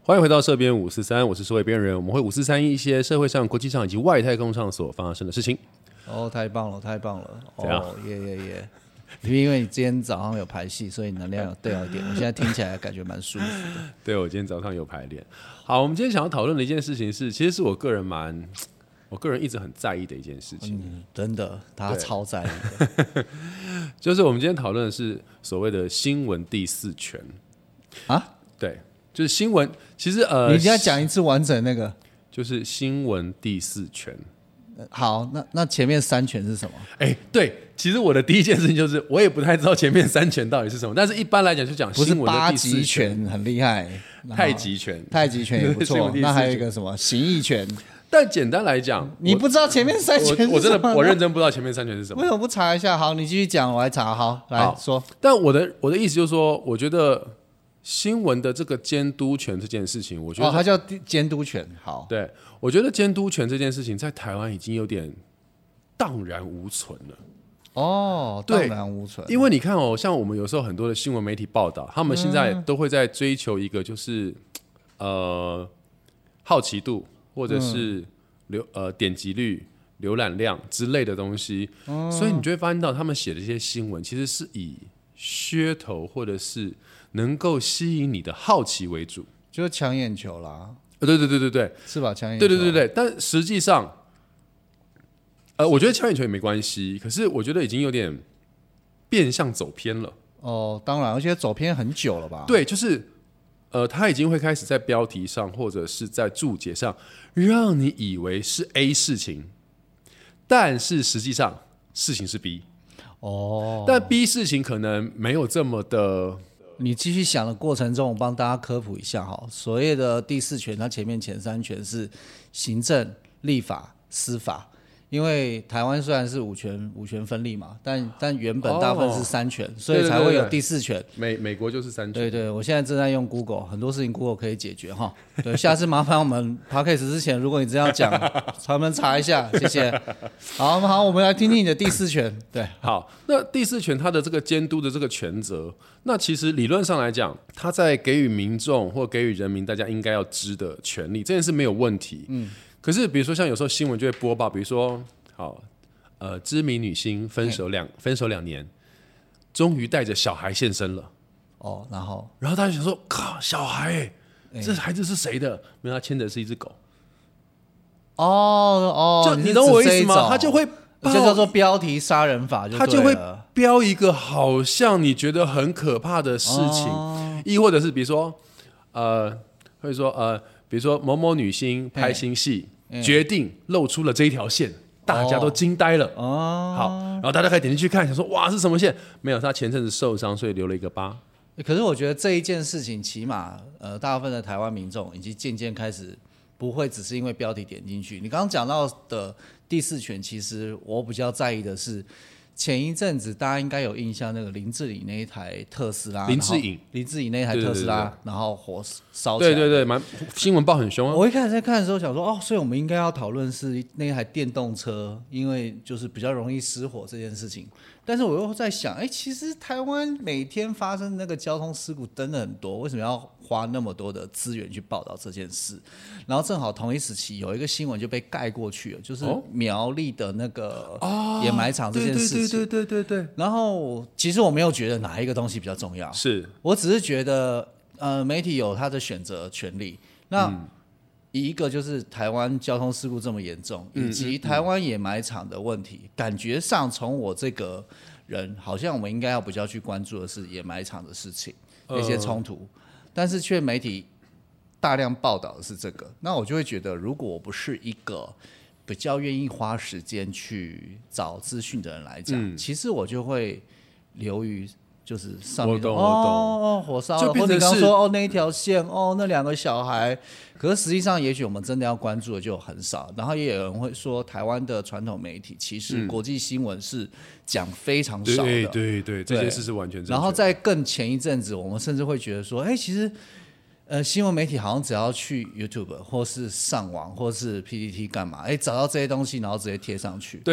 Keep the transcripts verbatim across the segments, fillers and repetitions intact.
欢迎回到社编五四三，我是社会编人，我们会五四三一些社会上、国际上以及外太空上所发生的事情。 哦，太棒了，太棒了！ 怎样？ 哦，耶耶耶！因为你今天早上有排戏，所以能量有掉一点。我现在听起来感觉蛮舒服的。 对，我今天早上有排练。好，我们今天想要讨论的一件事情是，其实是我个人蛮，我个人一直很在意的一件事情。 嗯，真的，他超在意的。 就是我们今天讨论的是所谓的新闻第四权啊？ 对，就是新闻。其实呃， 你一定要讲一次完整那个。 就是新闻第四权。 好，那那前面三权是什么？ 哎、欸，对，其实我的第一件事情就是，我也不太知道前面三权到底是什么，但是一般来讲就讲新闻的第四权， 不是八极拳很厉害， 太极拳， 太极拳也不错。那还有一个什么形意拳？ 但简单来讲， 你不知道前面三权是什么？ 我, 我真的我认真不知道前面三权是什么。 为什么不查一下？好，你继续讲，我来查。好，来好说。 但我的我的意思就是说，我觉得新闻的这个监督权这件事情，我觉得哦，它叫监督权。好， 对，我觉得监督权这件事情在台湾已经有点荡然无存了。 哦，荡然无存。 因为你看哦，像我们有时候很多的新闻媒体报道，他们现在都会在追求一个就是、嗯、呃好奇度，或者是流、嗯、呃点击率、浏览量之类的东西、嗯，所以你就会发现到他们写的一些新闻，其实是以噱头或者是能够吸引你的好奇为主， 就是抢眼球啦。 呃，对对对对对， 是吧？抢眼球。 对对对对，但实际上。呃，我觉得抢眼球也没关系，可是我觉得已经有点变相走偏了。 哦，当然，而且走偏很久了吧？ 对，就是呃，他已经会开始在标题上或者是在注解上，让你以为是 A 事情，但是实际上事情是 B。 哦， 但 B 事情可能没有这么的。 你继续想的过程中，我帮大家科普一下哈。所谓的第四权，它前面前三权是行政、立法、司法。因为台湾虽然是五权五权分立嘛，但但原本大部分是三权、哦，所以才会有第四权。 美美国就是三权。 对对，我现在正在用 Google， 很多事情 Google 可以解决哈。对，下次麻烦我们 Podcast 之前，如果你真要讲，专门查一下，谢谢。好好，我们来听听你的第四权。对， 好，那第四权它的这个监督的这个权责，那其实理论上来讲，它在给予民众或给予人民大家应该要知的权利，这件事没有问题。嗯。可是，比如说像有时候新闻就会播报，比如说，好，呃，知名女星分手两分手两年，终于带着小孩现身了。 哦，然后， 然后大家想说，靠，小孩、欸欸，这孩子是谁的？没有，他牵的是一只狗。 哦哦， 就你懂我意思吗？他就会就叫做标题杀人法就对了， 他就会标一个好像你觉得很可怕的事情，哦、亦或者是比如说，呃，会说呃。比如说某某女星拍新戏，决定露出了这一条线，大家都惊呆了。哦，好，然后大家可以点进去看，想说哇是什么线？没有，他前阵子受伤，所以留了一个疤。 可是我觉得这一件事情，起码呃，大部分的台湾民众已经渐渐开始不会只是因为标题点进去。你刚刚讲到的第四权，其实我比较在意的是。前一阵子大家应该有印象，那个林志颖那一台特斯拉， 林志颖， 林志颖那一台特斯拉，对对对对然后火烧起来， 对对对，蛮新闻报很凶啊。 我一开始在看的时候想说，哦，所以我们应该要讨论是那一台电动车，因为就是比较容易失火这件事情。但是我又在想，哎，其实台湾每天发生那个交通事故真的很多，为什么要花那么多的资源去报道这件事？然后正好同一时期有一个新闻就被盖过去了，就是苗栗的那个掩埋场这件事情。 哦、对对对对对对。 然后其实我没有觉得哪一个东西比较重要， 是我只是觉得，呃，媒体有他的选择权利。那、嗯一个就是台湾交通事故这么严重，以及台湾掩埋场的问题，嗯嗯嗯感觉上从我这个人，好像我们应该要比较去关注的是掩埋场的事情，那些冲突，呃、但是却媒体大量报道的是这个，那我就会觉得，如果我不是一个比较愿意花时间去找资讯的人来讲、嗯，其实我就会流于。就是上面我懂哦哦火烧了，就变成是或你刚说哦那一条线哦那两个小孩，可是实际上也许我们真的要关注的就很少。然后也有人会说，台湾的传统媒体其实国际新闻是讲非常少的， 对对对，这件事是完全正确的。 然后在更前一阵子，我们甚至会觉得说，哎，其实呃新闻媒体好像只要去 YouTube 或是上网或是 P T T 干嘛，哎找到这些东西，然后直接贴上去。 对。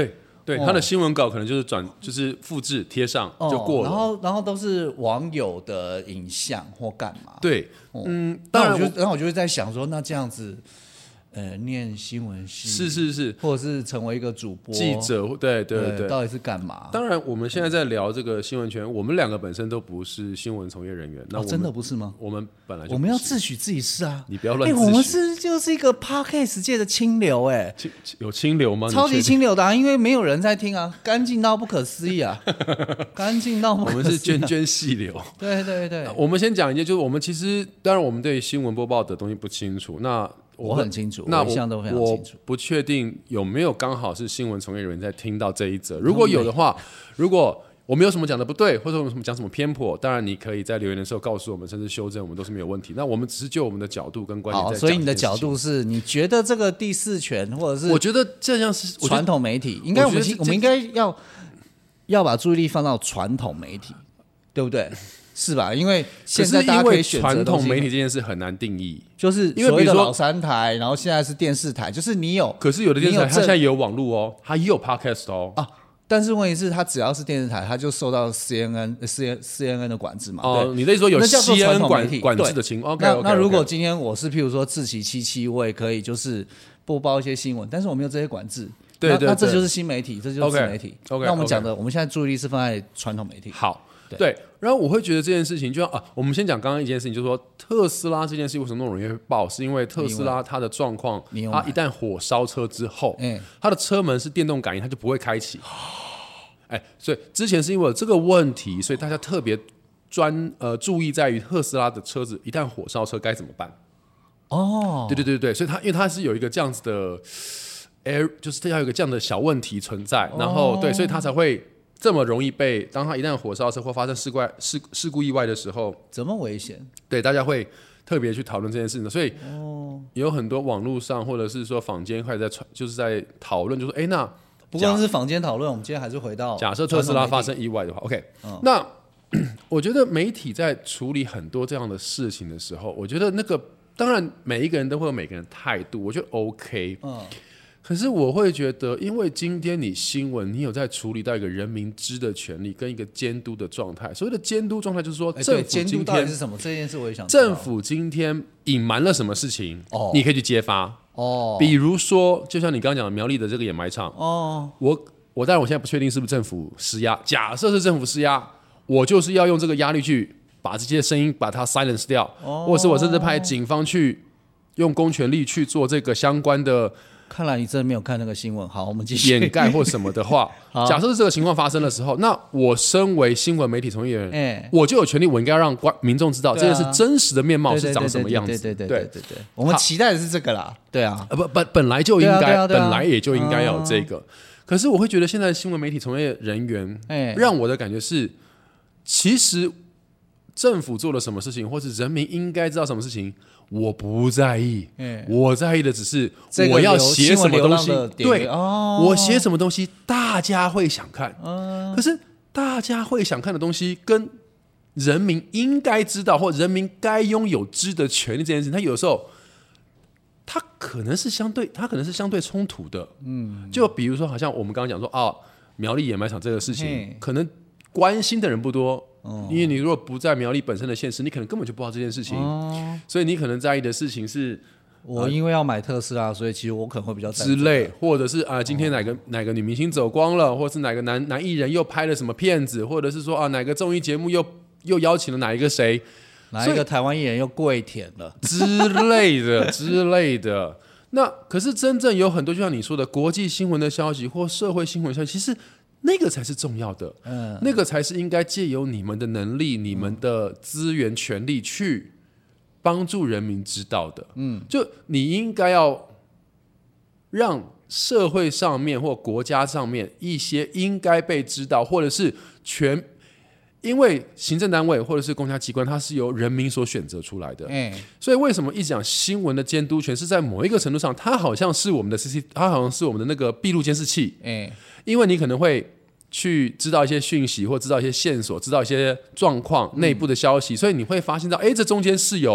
对，他的新闻稿可能就是转，就是复制贴上就过了， 然后然后都是网友的影像或干嘛？ 对，嗯， 当然我就然后我就在想说，那这样子。呃，念新闻系是是是， 或者是成为一个主播记者，对对 对, 对，到底是干嘛？ 当然，我们现在在聊这个新闻圈，我们两个本身都不是新闻从业人员，那、 哦、真的不是吗？ 我们本来就不是我们要自诩自己是啊， 你不要乱自诩、 欸。我们是就是一个 podcast 界的清流、欸，哎， 有清流吗？ 超级清流的、啊，因为没有人在听啊，干净到不可思议啊，干净到不可思议、啊。 我们是涓涓细流， 对对对。 我们先讲一件，就是我们其实当然我们对新闻播报的东西不清楚，那。 我很清楚， 那我一向都非常清楚。 我不确定有没有刚好是新闻从业人员在听到这一则，如果有的话，如果我们有什么讲的不对，或者我们讲什么偏颇，当然你可以在留言的时候告诉我们，甚至修正，我们都是没有问题。那我们只是就我们的角度跟观点在讲。 所以你的角度是你觉得这个第四权，或者是我觉得这样是传统媒体，应该我们我们应该要要把注意力放到传统媒体，对不对？是吧？因为现在大家可以选择传统媒体这件事很难定义， 就是因为比如说老三台，然后现在是电视台，就是你有， 可是有的电视台它现在也有网络哦，它也有 podcast 哦。 啊，但是问题是，它只要是电视台，它就受到 C N N、C N C N N 的管制嘛。 哦，你的意思说有 C N N 管管制的情况？ 那那如果今天我是譬如说志祺七七，我也可以就是播报一些新闻，但是我没有这些管制。 对 对, 对， 那, 那这就是新媒体，这就是自媒体。 Okay, okay, 那我们讲的， okay. 我们现在注意力是放在传统媒体。 好。对, 对，然后我会觉得这件事情就像啊，我们先讲刚刚一件事情，就是说特斯拉这件事情为什么那么容易会爆，是因为特斯拉它的状况，它一旦火烧车之后，嗯、它的车门是电动感应，它就不会开启。哎，所以之前是因为有这个问题，所以大家特别专呃注意在于特斯拉的车子一旦火烧车该怎么办。 哦， 对对对对，所以它因为它是有一个这样子的 air， 就是它要有一个这样的小问题存在，然后、哦、对，所以它才会。这么容易被，当它一旦火烧车或发生事故事事故意外的时候， 怎么危险？ 对，大家会特别去讨论这件事情，所以有很多网络上或者是说坊间开始在传，就是在讨论，就说，哎，那不光是坊间讨论，我们今天还是回到假设特斯拉发生意外的话 ，OK，、嗯、那我觉得媒体在处理很多这样的事情的时候，我觉得那个当然每一个人都会有每个人的态度，我觉得 OK， 嗯。可是我会觉得，因为今天你新闻，你有在处理到一个人民知的权利跟一个监督的状态。所谓的监督状态，就是说，政府今天监督到底是什么？这件事我也想知道。政府今天隐瞒了什么事情，哦、你可以去揭发。 哦， 比如说，就像你刚刚讲的苗栗的这个掩埋场， 哦， 我我当然我现在不确定是不是政府施压，假设是政府施压，我就是要用这个压力去把这些声音把它 silence 掉，哦、或者是我甚至派警方去用公权力去做这个相关的。 看来你真的没有看那个新闻。好，我们继续。 掩盖或什么的话，假设是这个情况发生的时候，那我身为新闻媒体从业人，欸、我就有权利，我应该让民众知道、啊、这件事真实的面貌是长什么样子。 对对对对对对，我们期待的是这个啦。对啊， 不本本来就应该、啊啊啊，本来也就应该要有这个。啊、可是我会觉得现在新闻媒体从业人员，欸、让我的感觉是，其实政府做了什么事情，或是人民应该知道什么事情。我不在意、欸，我在意的只是我要写什么东西，对、哦，我写什么东西大家会想看、嗯。可是大家会想看的东西，跟人民应该知道或人民该拥有知的权利这件事情，它有时候它可能是相对，它可能是相对冲突的。嗯，就比如说，好像我们刚刚讲说啊，苗栗掩埋场这个事情，可能关心的人不多。因为你如果不在苗栗本身的县市，你可能根本就不知道这件事情，哦、所以你可能在意的事情是， 我因为要买特斯拉，所以其实我可能会比较在意、 之类，或者是啊、呃，今天哪个、哦、哪个女明星走光了，或者是哪个男男艺人又拍了什么片子，或者是说啊哪个综艺节目又又邀请了哪一个谁， 哪一个台湾艺人又跪舔了之类的之类的。那可是真正有很多，就像你说的国际新闻的消息或社会新闻消息，其实。那个才是重要的、嗯，那个才是应该借由你们的能力、你们的资源、权力去帮助人民知道的。嗯，就你应该要让社会上面或国家上面一些应该被知道，或者是全，因为行政单位或者是公家机关，它是由人民所选择出来的。嗯，所以为什么一讲新闻的监督权是在某一个程度上，它好像是我们的 C C， 它好像是我们的那个闭路监视器。嗯，因为你可能会。去知道一些讯息，或知道一些线索，知道一些状况、内部的消息，所以你会发现到，哎，这中间是有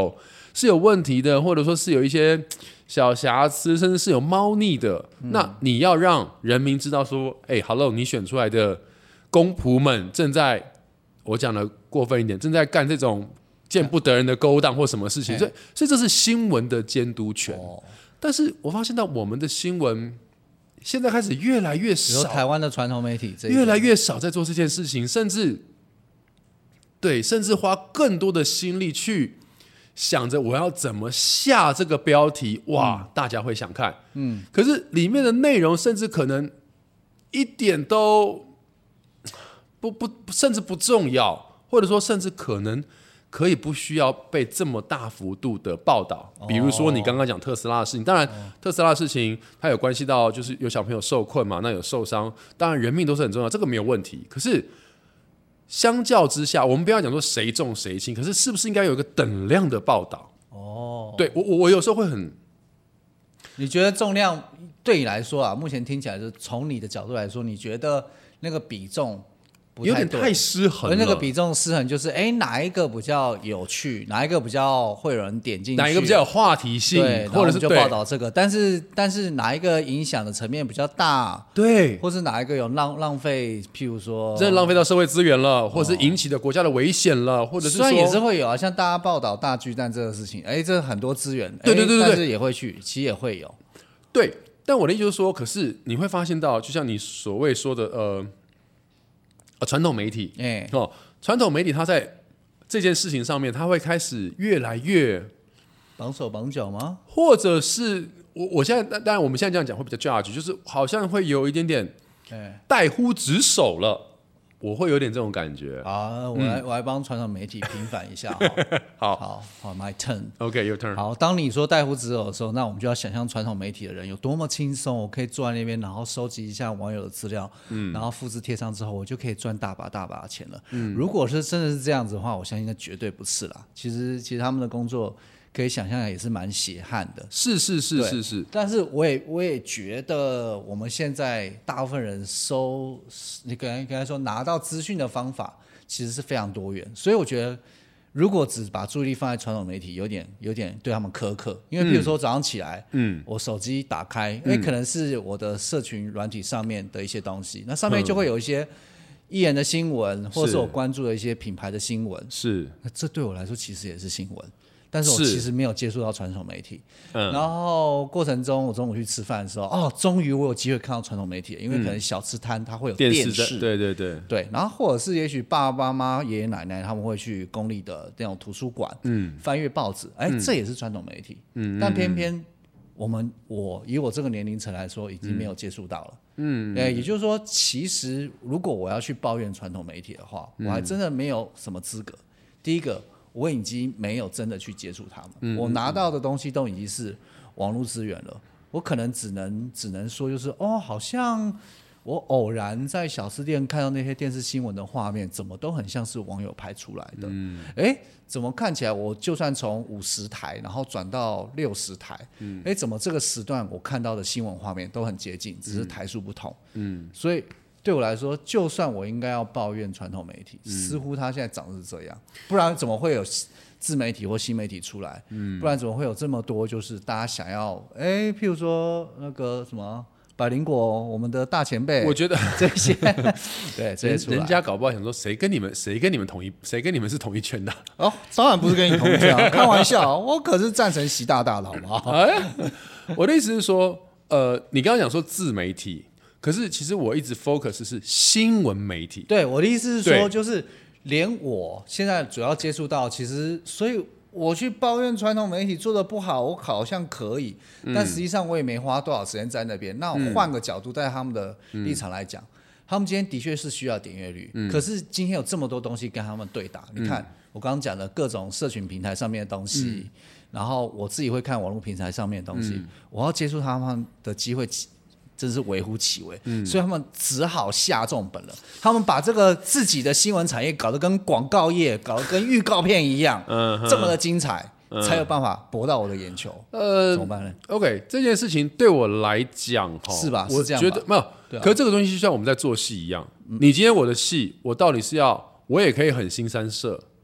是有问题的，或者说是有一些小瑕疵，甚至是有猫腻的，嗯、那你要让人民知道说，哎、欸、，Hello， 你选出来的公仆们正在，我讲的过分一点，正在干这种见不得人的勾当或什么事情，所以所以这是新闻的监督权。哦、但是我发现到我们的新闻现在开始越来越少， 台湾的传统媒体越来越少在做这件事情，甚至对，甚至花更多的心力去想着我要怎么下这个标题，哇，嗯、大家会想看。嗯，可是里面的内容甚至可能一点都不不，甚至不重要，或者说甚至可能可以不需要被这么大幅度的报道。比如说你刚刚讲特斯拉的事情，当然特斯拉的事情它有关系到就是有小朋友受困嘛，那有受伤，当然人命都是很重要，这个没有问题。可是相较之下，我们不要讲说谁重谁轻，可是是不是应该有一个等量的报道？哦，对我我我有时候会很， 你觉得重量对你来说啊，目前听起来是从你的角度来说，你觉得那个比重不太有点太失衡了。 那个比重失衡就是，哎，哪一个比较有趣，哪一个比较会有人点进去， 哪一个比较有话题性， 对， 或者是就报道这个。但是但是哪一个影响的层面比较大， 对， 或是哪一个有浪浪费，譬如说真的浪费到社会资源了，或者是引起的国家的危险了，或者是说虽然也是会有啊，像大家报道大巨蛋这个事情，哎，这很多资源， 对对对对， 但是也会去，其实也会有， 对。但我的意思就是说，可是你会发现到，就像你所谓说的，呃。传统媒体，欸哦、传统媒体它在这件事情上面，它会开始越来越绑手绑脚吗？ 或者是我我现在当然我们现在这样讲会比较 judge， 就是好像会有一点点怠忽职守了。我会有点这种感觉啊，我来、嗯、我来帮传统媒体平反一下好好好 my turn。OK your turn。 好，当你说怠忽职守的时候，那我们就要想象传统媒体的人有多么轻松，我可以坐在那边，然后收集一下网友的资料，嗯，然后复制贴上之后，我就可以赚大把大把的钱了。嗯，如果是真的是这样子的话，我相信那绝对不是啦。其实其实他们的工作可以想象也是蛮血汗的， 是是是是是。 但是我也我也觉得我们现在大部分人收，你刚才刚才说拿到资讯的方法其实是非常多元，所以我觉得如果只把注意力放在传统媒体，有点有点对他们苛刻。因为譬如说早上起来，嗯，我手机打开，因为可能是我的社群软体上面的一些东西，那上面就会有一些艺人的新闻，或者是我关注的一些品牌的新闻， 是， 那这对我来说其实也是新闻。但是我其实没有接触到传统媒体，嗯，然后过程中我中午去吃饭的时候，哦，终于我有机会看到传统媒体了，因为可能小吃摊它会有电视， 电视对对对对，然后或者是也许爸爸妈妈、爷爷奶奶他们会去公立的那种图书馆，嗯，翻阅报纸，哎，这也是传统媒体，嗯，但偏偏我们我以我这个年龄层来说，已经没有接触到了，嗯，哎，也就是说，其实如果我要去抱怨传统媒体的话，我还真的没有什么资格。第一个，我已经没有真的去接触他们，嗯、我拿到的东西都已经是网络资源了，我可能只能只能说就是哦，好像我偶然在小吃店看到那些电视新闻的画面，怎么都很像是网友拍出来的，嗯，哎，怎么看起来我就算从五十台然后转到六十台，嗯，哎，怎么这个时段我看到的新闻画面都很接近，只是台数不同，嗯，所以。对我来说，就算我应该要抱怨传统媒体，嗯、似乎它现在长得是这样，不然怎么会有自媒体或新媒体出来？嗯、不然怎么会有这么多就是大家想要，哎，譬如说那个什么百灵果，我们的大前辈， 我觉得这些，对，这些出来， 人家搞不好想说，谁跟你们谁跟你们同一谁跟你们是同一圈的？ 哦，当然不是跟你同一圈啊，开玩笑，我可是赞成习大大的，好不好？ 哎，我的意思是说，呃，你刚刚讲说自媒体。可是其实我一直 focus 是新闻媒体。 对，我的意思是说，就是连我现在主要接触到，其实所以我去抱怨传统媒体做的不好，我好像可以，嗯、但实际上我也没花多少时间在那边。那我换个角度，在他们的立场来讲，嗯、他们今天的确是需要点阅率，嗯、可是今天有这么多东西跟他们对打。嗯、你看我刚刚讲的各种社群平台上面的东西，嗯、然后我自己会看网络平台上面的东西，嗯、我要接触他们的机会。真是微乎其微，嗯、所以他们只好下重本了。他们把这个自己的新闻产业搞得跟广告业、搞得跟预告片一样，嗯、这么的精彩，嗯、才有办法博到我的眼球。呃，怎么办呢 ？OK， 这件事情对我来讲， 是吧？ 我觉得没有，啊、可是这个东西就像我们在做戏一样，嗯、你今天我的戏，我到底是要，我也可以很新三色。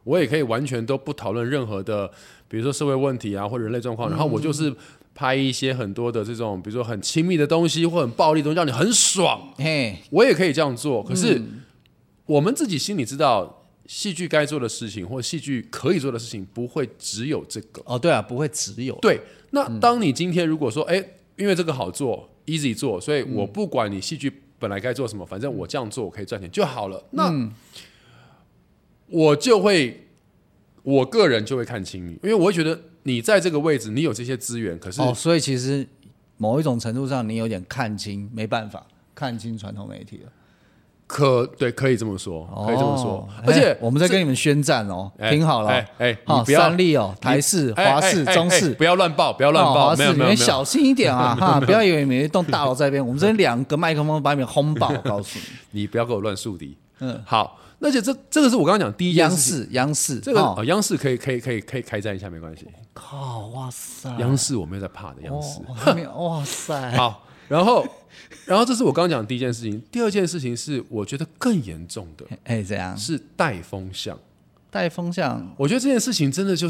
我也可以完全都不讨论任何的，比如说社会问题啊或人类状况，然后我就是拍一些很多的这种，比如说很亲密的东西或很暴力的东西，让你很爽。 嘿， 我也可以这样做，可是我们自己心里知道，戏剧该做的事情或戏剧可以做的事情，不会只有这个。 哦，对啊，不会只有。 对，那当你今天如果说，哎、欸，因为这个好做 ，easy 做，所以我不管你戏剧本来该做什么，反正我这样做我可以赚钱就好了。那、嗯、我就会，我个人就会看清你，因为我会觉得你在这个位置，你有这些资源，可是哦，所以其实某一种程度上，你有点看清，没办法看清传统媒体了。 可对，可以这么说，可以这么说。哦、而且、 欸、我们在跟你们宣战哦，欸、听好了，哎、 欸欸， 好，三立哦，台视、华视、中视， 不要乱报，不要乱报， 华视你们小心一点啊，哈，不要以为你们一栋大楼在这边，我们这边两个麦克风把你们轰爆，我告诉你， 你不要给我乱树敌。嗯，好，而且这这个是我刚刚讲第一件事情， 央视，央视， 这个、哦哦、央视可以可以可以可以开战一下，没关系。 靠，哇塞， 央视我没有在怕的，央视， 哦、哇塞， 好，然后。然后这是我刚刚讲的第一件事情，第二件事情是我觉得更严重的， 哎，怎样？ 是带风向。 带风向， 我觉得这件事情真的就是，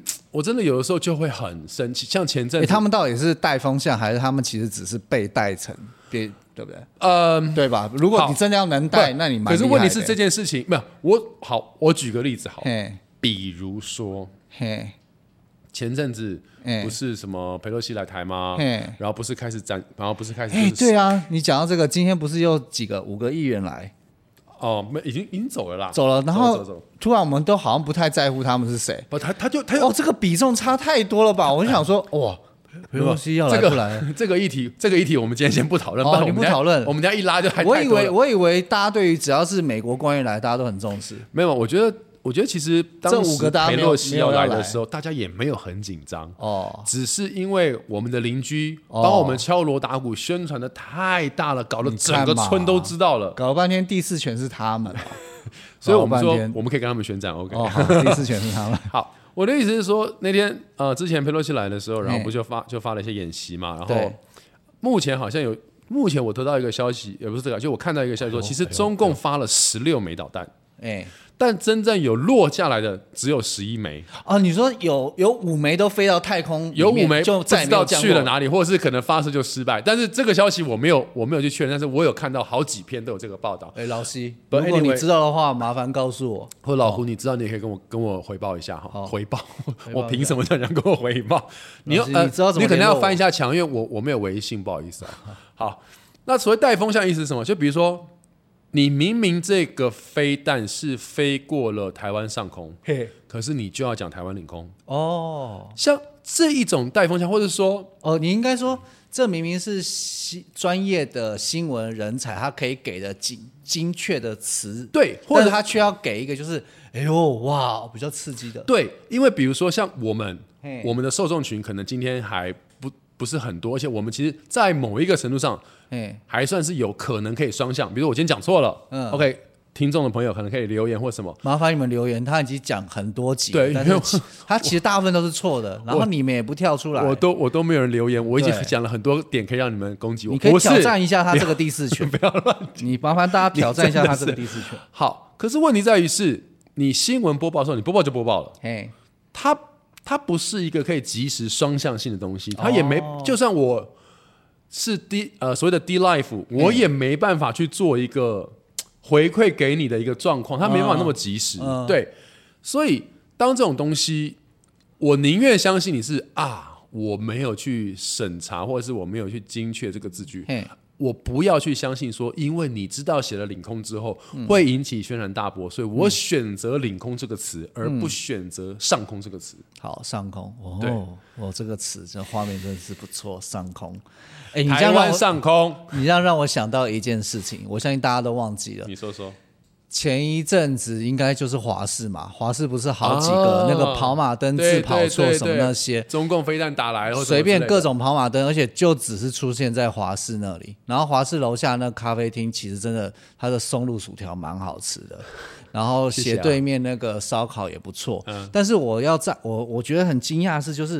我真的有的时候就会很生气。像前阵子， 他们到底是带风向，还是他们其实只是被带成，对不对？ 嗯， 对吧？如果你真的要能带，那你蛮厉害的。 可是问题是这件事情没有我好，我举个例子好，比如说， 嘿。 前阵子不是什么裴洛西来台吗？然后不是开始展，然后不是开始、就是， 哎，对啊，你讲到这个，今天不是有几个五个议员来？ 哦，没，已经已经走了啦， 走了。然后突然我们都好像不太在乎他们是谁。 不，他他就他哦，这个比重差太多了吧？我就想说，哇，裴洛西要来不来？ 这个这个议题，这个议题我们今天先不讨论。 哦，你不讨论， 我们等一下一拉就太我以为我以为大家对于只要是美国官员来，大家都很重视。 没有，我觉得。我觉得其实当时裴洛西要来的时候，大家也没有很紧张哦，只是因为我们的邻居帮我们敲锣打鼓宣传的太大了，搞得整个村都知道了， 搞了半天第四权是他们， 所以我们说我们可以跟他们宣战 ，OK？ 哦，好，第四权是他们。 好，我的意思是说，那天呃之前裴洛西来的时候，然后不就发就发了一些演习嘛，然后目前好像有，目前我得到一个消息，也不是这个，就我看到一个消息说，其实中共发了十六枚导弹，哎。但真正有落下来的只有十一枚哦。你说有有五枚都飞到太空， 有五枚就不知道去了哪里，或者是可能发射就失败。但是这个消息我没有我没有去确认，但是我有看到好几篇都有这个报道。 哎，老西，如果你知道的话，麻烦告诉我。 或老胡，你知道你也可以跟我跟我回报一下哈。回报，我凭什么这样跟我回报？你要你知道怎么？ 你可能要翻一下墙，因为我我没有微信，不好意思啊。好，那所谓带风向意思是什么？就比如说。你明明这个飞弹是飞过了台湾上空，可是你就要讲台湾领空哦。像这一种带风向，或者说哦，你应该说这明明是专业的新闻人才，他可以给的精精确的词， 对， 或者他却要给一个就是哎呦哇比较刺激的， 对，因为比如说像我们我们的受众群可能今天还不不是很多，而且我们其实在某一个程度上。还算是有可能可以双向，比如说我今天讲错了，嗯 ，OK， 听众的朋友可能可以留言或什么， 麻烦你们留言。他已经讲很多集， 对， 但是他其实大部分都是错的，然后你们也不跳出来， 我都我都没有人留言，我已经讲了很多点可以让你们攻击我， 你可以挑战一下他这个第四权， 不要乱， 你麻烦大家挑战一下他这个第四权。 好，可是问题在于是你新闻播报的时候，你播报就播报了，嘿，它它不是一个可以即时双向性的东西，它也没，哦、就算我。是 D 呃所谓的 D Life， 我也没办法去做一个回馈给你的一个状况，它没办法那么及时，嗯、对，所以当这种东西，我宁愿相信你是啊，我没有去审查，或者是我没有去精确这个字句，我不要去相信说，因为你知道写了领空之后、嗯、会引起轩然大波，所以我选择领空这个词，嗯、而不选择上空这个词。 好，上空哦，哦，这个词这画面真的是不错，上空。 哎，你这样让我台湾上空， 你这样让我想到一件事情，我相信大家都忘记了。 你说说。 前一阵子应该就是华视嘛，华视不是好几个、啊、那个跑马灯自跑错什么那些， 中共飞弹打来了， 随便各种跑马灯，而且就只是出现在华视那里。然后华视楼下那咖啡厅其实真的它的松露薯条蛮好吃的，然后斜对面那个烧烤也不错。谢谢啊、但是我要在我我觉得很惊讶的是，就是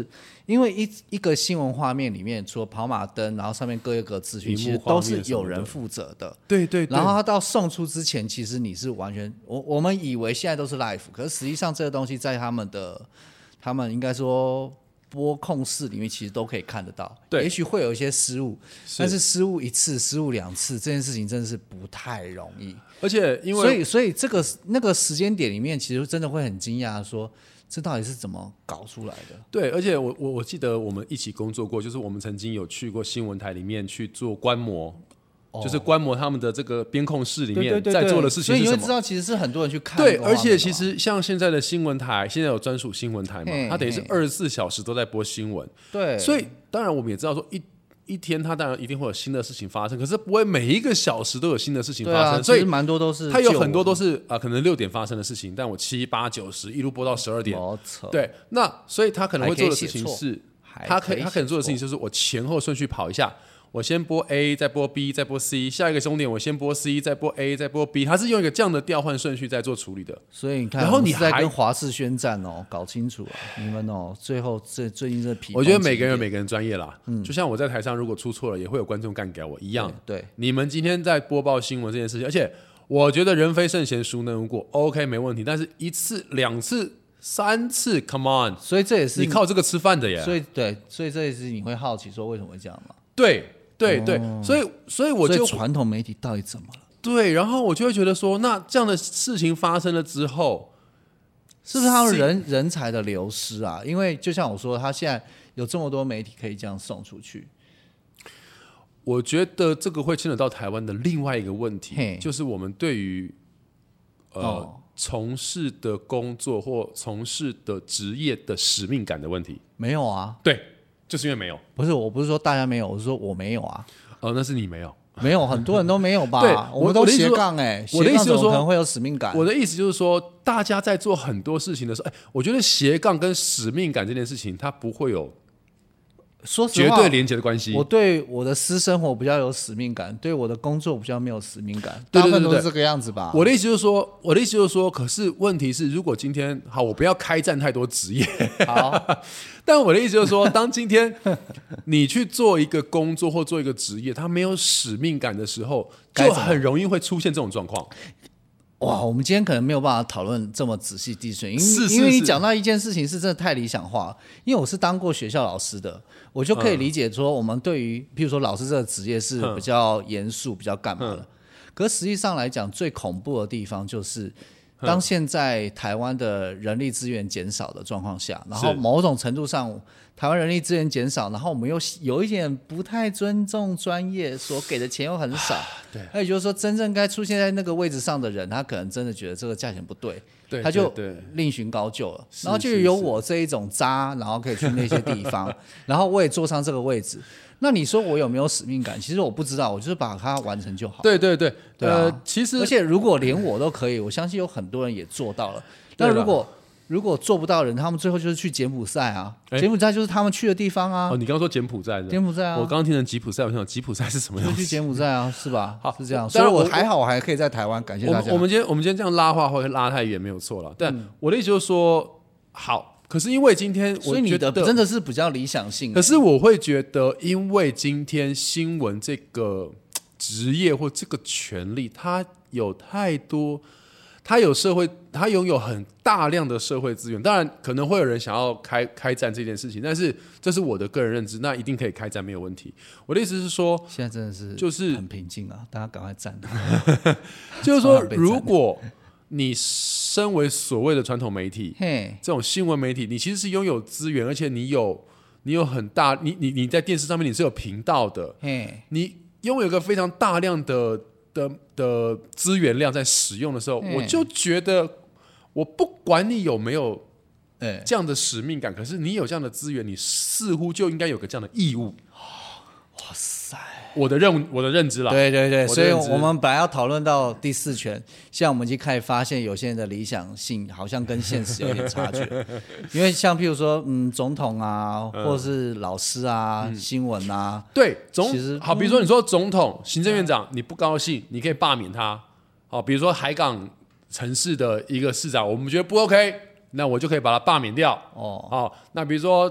因为一一个新闻画面里面，除了跑马灯，然后上面各一个资讯，其实都是有人负责的。 对对对。 然后他到送出之前，其实你是完全，我我们以为现在都是 live， 可是实际上这个东西在他们的，他们应该说播控室里面其实都可以看得到。 对， 也许会有一些失误，但是失误一次、失误两次，这件事情真的是不太容易。 而且因为所以所以这个那个时间点里面，其实真的会很惊讶说。这到底是怎么搞出来的？ 对，而且我我我记得我们一起工作过，就是我们曾经有去过新闻台里面去做观摩，哦、就是观摩他们的这个编控室里面在做的事情是什么。 所以你会知道，其实是很多人去看。 对，而且其实像现在的新闻台，现在有专属新闻台嘛，它等于是二十四小时都在播新闻。 对， 所以当然我们也知道说一。一天，它当然一定会有新的事情发生，可是不会每一个小时都有新的事情发生， 啊、 所以蛮多都是它有很多都是啊、呃，可能六点发生的事情，但我七八九十一路播到十二点，对，那所以他可能会做的事情是，他可以他可能做的事情就是我前后顺序跑一下。我先播 A， 再播 B， 再播 C， 下一个终点我先播 C， 再播 A， 再播 B， 它是用一个这样的调换顺序在做处理的。 所以你看， 然后你还在跟华视宣战哦，搞清楚啊，你们哦，最后这最近这皮， 我觉得每个人有每个人专业啦，嗯，就像我在台上如果出错了，也会有观众干掉我一样。 对，对你们今天在播报新闻这件事情，而且我觉得人非圣贤，孰能无过 ？OK， 没问题，但是一次、两次、三次 ，Come on， 所以这也是你靠这个吃饭的耶。 所以对，所以这也是你会好奇说为什么会这样嘛？ 对。对对， 哦、 所以所以我就传统媒体到底怎么了？ 对，然后我就会觉得说，那这样的事情发生了之后， 是不是他们人人才的流失啊？因为就像我说，他现在有这么多媒体可以这样送出去， 我觉得这个会牵扯到台湾的另外一个问题，就是我们对于呃、哦、从事的工作或从事的职业的使命感的问题。 没有啊， 对。就是因为没有， 不是，我不是说大家没有，我是说我没有啊。 哦，那是你没有， 没有，很多人都没有吧？ 对， 我们都斜杠哎、欸。 我的意思就是说， 可能会有使命感。 我的意思就是说，大家在做很多事情的时候，哎，我觉得斜杠跟使命感这件事情，它不会有说实话绝对连结的关系。 我对我的私生活比较有使命感，对我的工作比较没有使命感。 对对对对， 大部分都是这个样子吧。 我的意思就是说，我的意思就是说，可是问题是，如果今天好，我不要开战太多职业， 好。 但我的意思就是说，当今天你去做一个工作或做一个职业，它没有使命感的时候，就很容易会出现这种状况。 哇，我们今天可能没有办法讨论这么仔细地水，因为是是是因为你讲到一件事情是真的太理想化。因为我是当过学校老师的，我就可以理解说，我们对于譬如说老师这个职业是比较严肃、比较干嘛的。嗯、可是实际上来讲，最恐怖的地方就是。当现在台湾的人力资源减少的状况下，然后某种程度上台湾人力资源减少，然后我们又有一点不太尊重专业，所给的钱又很少， 对， 那也就是说真正该出现在那个位置上的人，他可能真的觉得这个价钱不对， 对， 他就另寻高就了，然后就有我这一种渣，然后可以去那些地方，然后我也坐上这个位置。那你说我有没有使命感？其实我不知道，我就是把它完成就好。 对对对， 对啊、 呃，其实而且如果连我都可以，我相信有很多人也做到了。那如果如果做不到的人，他们最后就是去柬埔寨啊，柬埔寨就是他们去的地方啊。 哦，你刚刚说柬埔寨的， 柬埔寨啊， 我刚刚听成吉普赛，我想吉普赛是什么样子？ 就去柬埔寨啊，是吧？ 好， 是这样。所以我还好，我还可以在台湾，感谢大家。 我们今天我们今天这样拉话会拉太远，没有错了。但我的意思就是说，好。可是因为今天， 所以你的真的是比较理想性、欸。 可是我会觉得，因为今天新闻这个职业或这个权利，它有太多，它有社会，它拥有很大量的社会资源。当然，可能会有人想要开开战这件事情，但是这是我的个人认知，那一定可以开战，没有问题。我的意思是说， 现在真的是就是很平静啊，大家赶快战。 就是说，如果你身为所谓的传统媒体，这种新闻媒体，你其实是拥有资源，而且你有你有很大，你你你在电视上面你是有频道的，你拥有一个非常大量的的的资源量在使用的时候，我就觉得，我不管你有没有这样的使命感，可是你有这样的资源，你似乎就应该有个这样的义务。 哇塞！ 我的认我的认知啦， 对对对，所以我们本来要讨论到第四权，现在我们已经开始发现有些人的理想性好像跟现实有点差距，因为像譬如说，嗯，总统啊，嗯、或者是老师啊，嗯、新闻啊， 对，总其实好，比如说你说总统、行政院长，你不高兴，你可以罢免他，好，比如说海港城市的一个市长，我们觉得不 OK， 那我就可以把他罢免掉，哦，好，那比如说。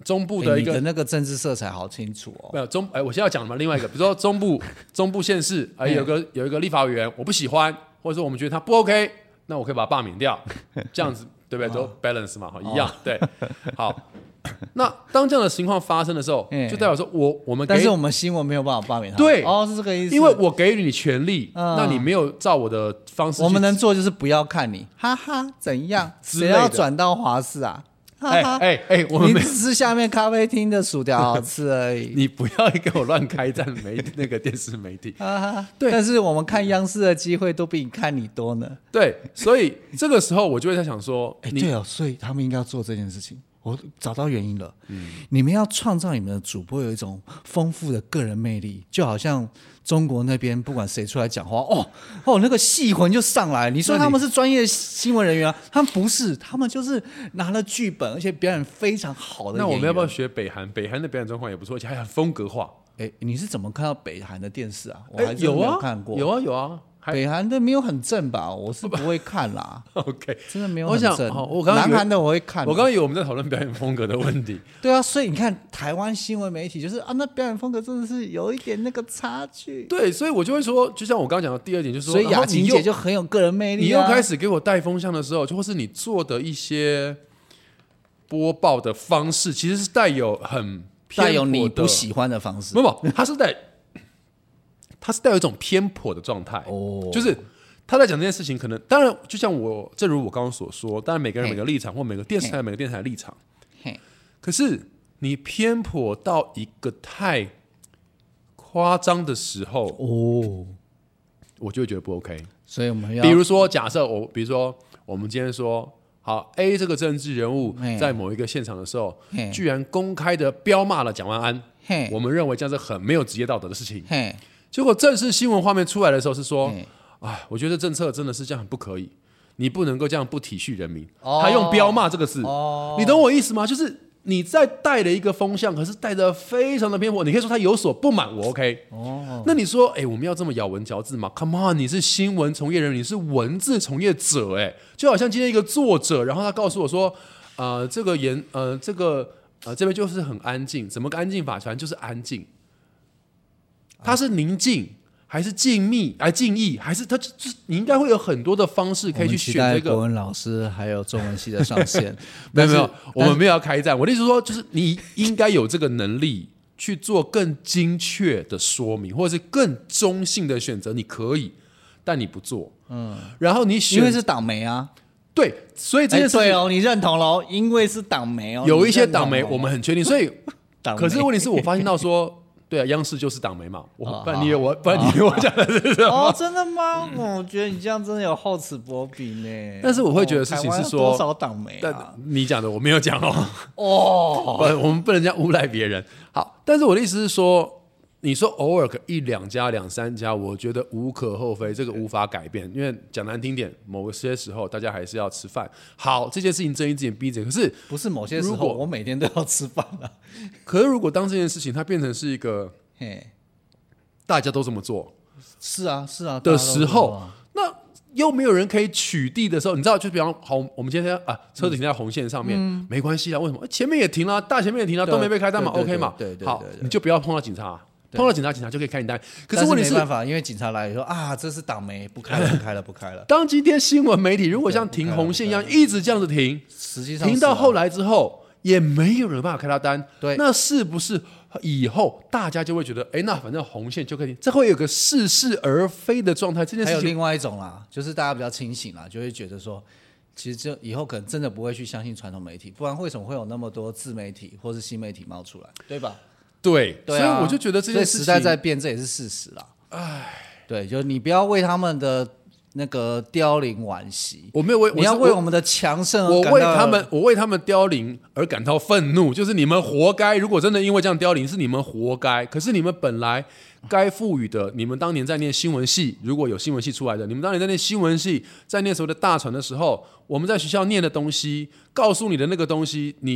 中部的一个、 欸、你的那个政治色彩好清楚哦。 没有中哎，我现在要讲的嘛，另外一个，比如说中部中部县市哎、呃、有个有一个立法委员我不喜欢，或者说我们觉得他不 OK， 那我可以把他罢免掉，这样子对不对？都 balance 嘛，一样、哦、对。好，那当这样的情况发生的时候，就代表说我我们给， 但是我们新闻没有办法罢免他。 对， 哦，是这个意思。 因为我给予你权利、嗯，那你没有照我的方式， 我们能做就是不要看你，哈哈，怎样？谁要转到华视啊？ 哎哎哎，我们你只是下面咖啡厅的薯条好吃而已。 你不要给我乱开战媒那个电视媒体。 对，但是我们看央视的机会都比你看你多呢。 对，所以这个时候我就会在想说， 哎，对哦，所以他们应该要做这件事情。我找到原因了、嗯，你们要创造你们的主播有一种丰富的个人魅力，就好像中国那边不管谁出来讲话，哦哦，那个戏魂就上来。你说他们是专业新闻人员啊，他们不是，他们就是拿了剧本，而且表演非常好的演员。 那我们要不要学北韩？北韩的表演状况也不错，而且还很风格化。 哎，你是怎么看到北韩的电视啊？我还真没有看过。 有啊，有啊。 北韩的没有很正吧？我是不会看啦。 OK， 真的没有很正。 我想，我刚刚南韩的我会看。 我刚刚以为我们在讨论表演风格的问题。 对啊，所以你看台湾新闻媒体就是啊，那表演风格真的是有一点那个差距。 对，所以我就会说，就像我刚刚讲的第二点，就是说， 所以雅琴姐就很有个人魅力、啊。 你又开始给我带风向的时候，就或是你做的一些播报的方式，其实是带有很偏颇的， 带有你不喜欢的方式。 不不，它是带，它是带有一种偏颇的状态。哦，就是他在讲这件事情，可能当然，就像我，正如我刚刚所说，当然每个人每个立场，或每个电视台每个电视台的立场。可是你偏颇到一个太夸张的时候，哦，我就会觉得不 OK。 所以我们要， 比如说，假设我，比如说，我们今天说，好 A 这个政治人物在某一个现场的时候，居然公开的彪骂了蒋万安，我们认为这样是很没有职业道德的事情。结果正式新闻画面出来的时候是说，哎，我觉得政策真的是这样很不可以，你不能够这样不体恤人民。哦、他用彪骂这个字、哦，你懂我意思吗？就是你在带了一个风向，可是带的非常的偏颇。你可以说他有所不满，我 OK。哦，那你说，哎，我们要这么咬文嚼字吗 ？Come on， 你是新闻从业人员，你是文字从业者，哎，就好像今天一个作者，然后他告诉我说，呃，这个言，呃，这个，呃，这边就是很安静，怎么个安静法？反正就是安静。它是宁静还是静谧，还静意，还是它就你应该会有很多的方式可以去选这个。 国文老师还有中文系的上线， 没有没有，我们没有要开战。我的意思是说，就是你应该有这个能力去做更精确的说明，或者是更中性的选择。你可以，但你不做。嗯，然后你选， 因为是党媒啊。 对，所以这件事情、 欸、对哦，你认同喽？因为是党媒哦， 有一些党媒我们很确定，所以可是问题是我发现到说。对啊，央视就是党媒嘛，我、哦、不然你以为我，不然你以为我讲的是什么？ 哦，真的吗？嗯、我觉得你这样真的有厚此薄彼呢。 但是我会觉得事情是说， 哦、多少党媒啊？ 你讲的我没有讲哦。哦，我们不能这样诬赖别人。好，但是我的意思是说，你说偶尔一两家、两三家，我觉得无可厚非，这个无法改变。因为讲难听点，某些时候大家还是要吃饭。好，这件事情睁一只眼闭一只眼，可是不是某些时候，我每天都要吃饭啊。 可是如果当这件事情它变成是一个，大家都这么做， 是啊是啊的时候，啊、那又没有人可以取缔的时候，你知道，就比方好，我们今天啊，车子停在红线上面，嗯、没关系啊，为什么？前面也停了，大前面也停了，都没被开单嘛 ，OK 嘛， 对对对， 好，你就不要碰到警察。碰到警察，警察就可以开你单。可是问题是没办法，因为警察来说啊，这是党媒，不开了，不开了，不开了。 当今天新闻媒体如果像停红线一样一直这样子停， 实际上、啊、 停到后来之后，也没有人办法开他单。 对， 那是不是以后大家就会觉得，哎，那反正红线就可以停，这会有个似是而非的状态？这件事情还有另外一种啦，就是大家比较清醒啦，就会觉得说，其实就以后可能真的不会去相信传统媒体，不然为什么会有那么多自媒体或是新媒体冒出来，对吧？ 对， 对啊、 所以我就觉得这件事情， 时代在变，这也是事实啦。唉，对，就你不要为他们的那个凋零惋惜， 我没有为， 你要为我们的强盛而感到， 我为他们，我为他们凋零而感到愤怒，就是你们活该。如果真的因为这样凋零，是你们活该。可是你们本来该赋予的，你们当年在念新闻系，如果有新闻系出来的，你们当年在念新闻系，在念所谓的大传的时候，我们在学校念的东西，告诉你的那个东西，你。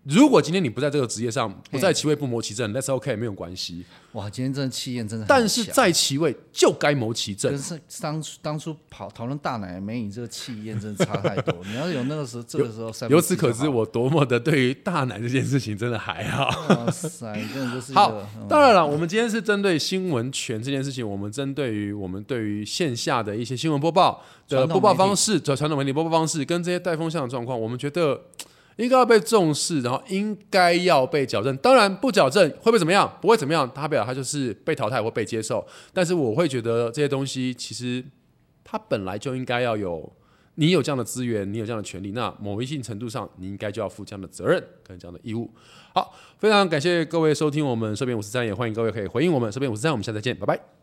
如果今天你不在这个职业上，不在其位不谋其政 ，That's OK， 没有关系。 哇，今天真的气焰真的很强， 但是在其位就该谋其政。 跟是当初当初跑讨论大奶美女这个气焰真的差太多。你要是有那个时候，这个时候由此可知，我多么的对于大奶这件事情真的还好。 哇塞，真的就是一个好。 嗯、 当然了，我们今天是针对新闻权这件事情，我们针对于我们对于线下的一些新闻播报的播报方式，传统媒体播报方式跟这些带风向的状况，我们觉得应该要被重视，然后应该要被矫正。当然不矫正会不会怎么样？不会怎么样，它表它就是被淘汰或被接受。但是我会觉得这些东西其实它本来就应该要有，你有这样的资源，你有这样的权利，那某一定程度上你应该就要负这样的责任跟这样的义务。好，非常感谢各位收听我们社编五十三，也欢迎各位可以回应我们社编五十三，我们下次再见，拜拜。